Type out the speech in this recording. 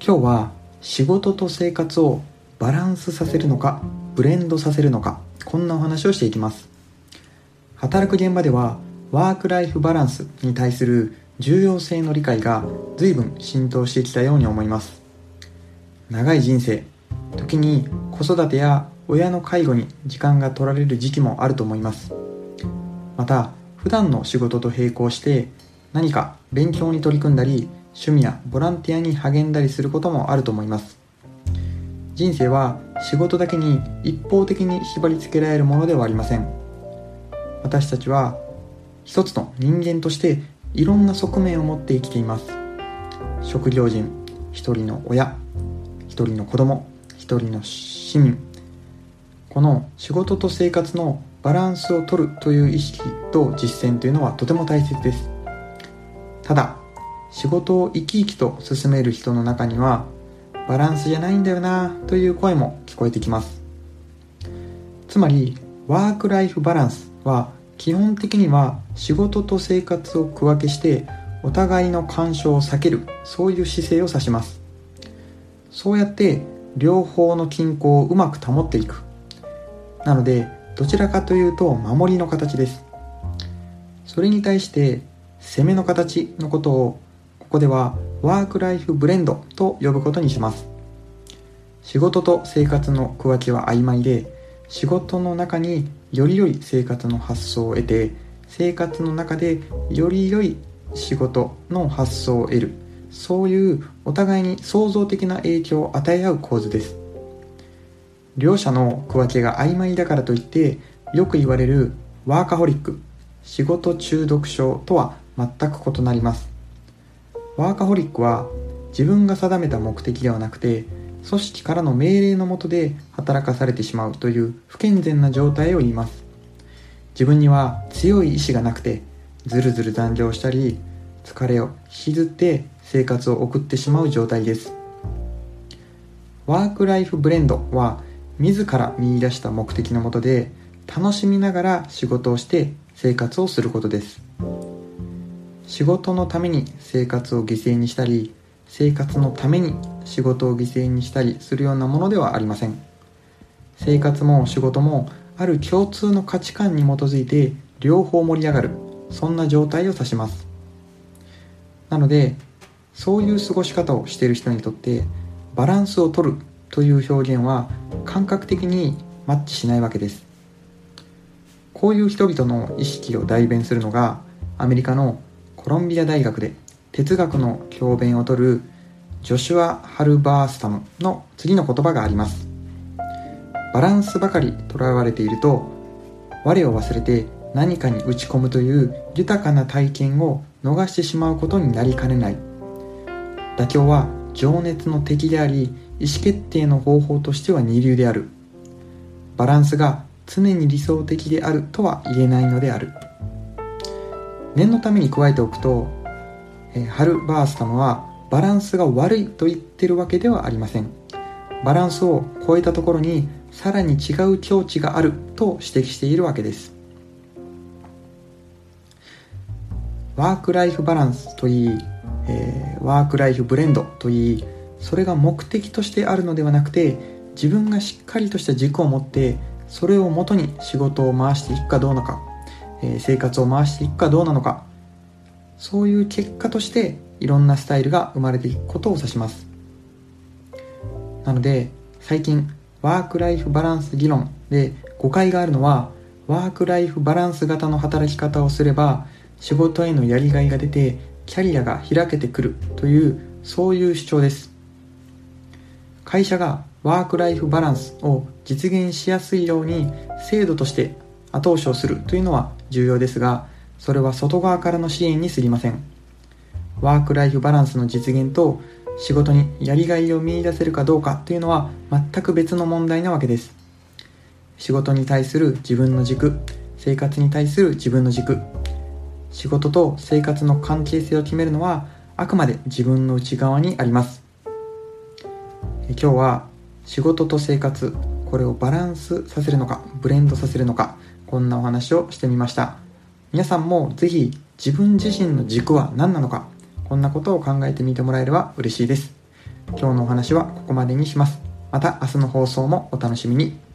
今日は仕事と生活をバランスさせるのかブレンドさせるのか、こんなお話をしていきます。働く現場ではワークライフバランスに対する重要性の理解が随分浸透してきたように思います。長い人生、時に子育てや親の介護に時間が取られる時期もあると思います。また普段の仕事と並行して何か勉強に取り組んだり、趣味やボランティアに励んだりすることもあると思います。人生は仕事だけに一方的に縛り付けられるものではありません。私たちは一つの人間としていろんな側面を持って生きています。職業人、一人の親、一人の子供、一人の市民。この仕事と生活のバランスを取るという意識と実践というのはとても大切です。ただ仕事を生き生きと進める人の中にはバランスじゃないんだよなという声も聞こえてきます。つまりワークライフバランスは基本的には仕事と生活を区分けしてお互いの干渉を避ける、そういう姿勢を指します。そうやって両方の均衡をうまく保っていく。なのでどちらかというと守りの形です。それに対して攻めの形のことをここではワークライフブレンドと呼ぶことにします。仕事と生活の区分けは曖昧で、仕事の中により良い生活の発想を得て、生活の中でより良い仕事の発想を得る、そういうお互いに創造的な影響を与え合う構図です。両者の区分けが曖昧だからといってよく言われるワーカホリック、仕事中毒症とは全く異なります。ワーカホリックは自分が定めた目的ではなくて組織からの命令の下で働かされてしまうという不健全な状態を言います。自分には強い意志がなくてずるずる残業したり疲れを引きずって生活を送ってしまう状態です。ワークライフブレンドは自ら見出した目的の下で楽しみながら仕事をして生活をすることです。仕事のために生活を犠牲にしたり、生活のために仕事を犠牲にしたりするようなものではありません。生活も仕事もある共通の価値観に基づいて両方盛り上がる、そんな状態を指します。なのでそういう過ごし方をしている人にとってバランスを取るという表現は感覚的にマッチしないわけです。こういう人々の意識を代弁するのがアメリカのコロンビア大学で哲学の教鞭を取るジョシュア・ハルバースタムの次の言葉があります。バランスばかりとらわれていると我を忘れて何かに打ち込むという豊かな体験を逃してしまうことになりかねない。妥協は情熱の敵であり、意思決定の方法としては二流である。バランスが常に理想的であるとは言えないのである。念のために加えておくと、ハルバースタムはバランスが悪いと言ってるわけではありません。バランスを超えたところにさらに違う境地があると指摘しているわけです。ワークライフバランスといい、ワークライフブレンドといい、それが目的としてあるのではなくて、自分がしっかりとした軸を持ってそれをもとに仕事を回していくかどうなのか、生活を回していくかどうなのか、そういう結果としていろんなスタイルが生まれていくことを指します。なので最近ワークライフバランス議論で誤解があるのは、ワークライフバランス型の働き方をすれば仕事へのやりがいが出てキャリアが開けてくるという、そういう主張です。会社がワークライフバランスを実現しやすいように制度として後押しをするというのは重要ですが、それは外側からの支援に過ぎません。ワークライフバランスの実現と仕事にやりがいを見出せるかどうかというのは全く別の問題なわけです。仕事に対する自分の軸、生活に対する自分の軸、仕事と生活の関係性を決めるのはあくまで自分の内側にあります。今日は仕事と生活、これをバランスさせるのかブレンドさせるのか、こんなお話をしてみました。皆さんもぜひ自分自身の軸は何なのか、こんなことを考えてみてもらえれば嬉しいです。 今日のお話はここまでにします。また明日の放送もお楽しみに。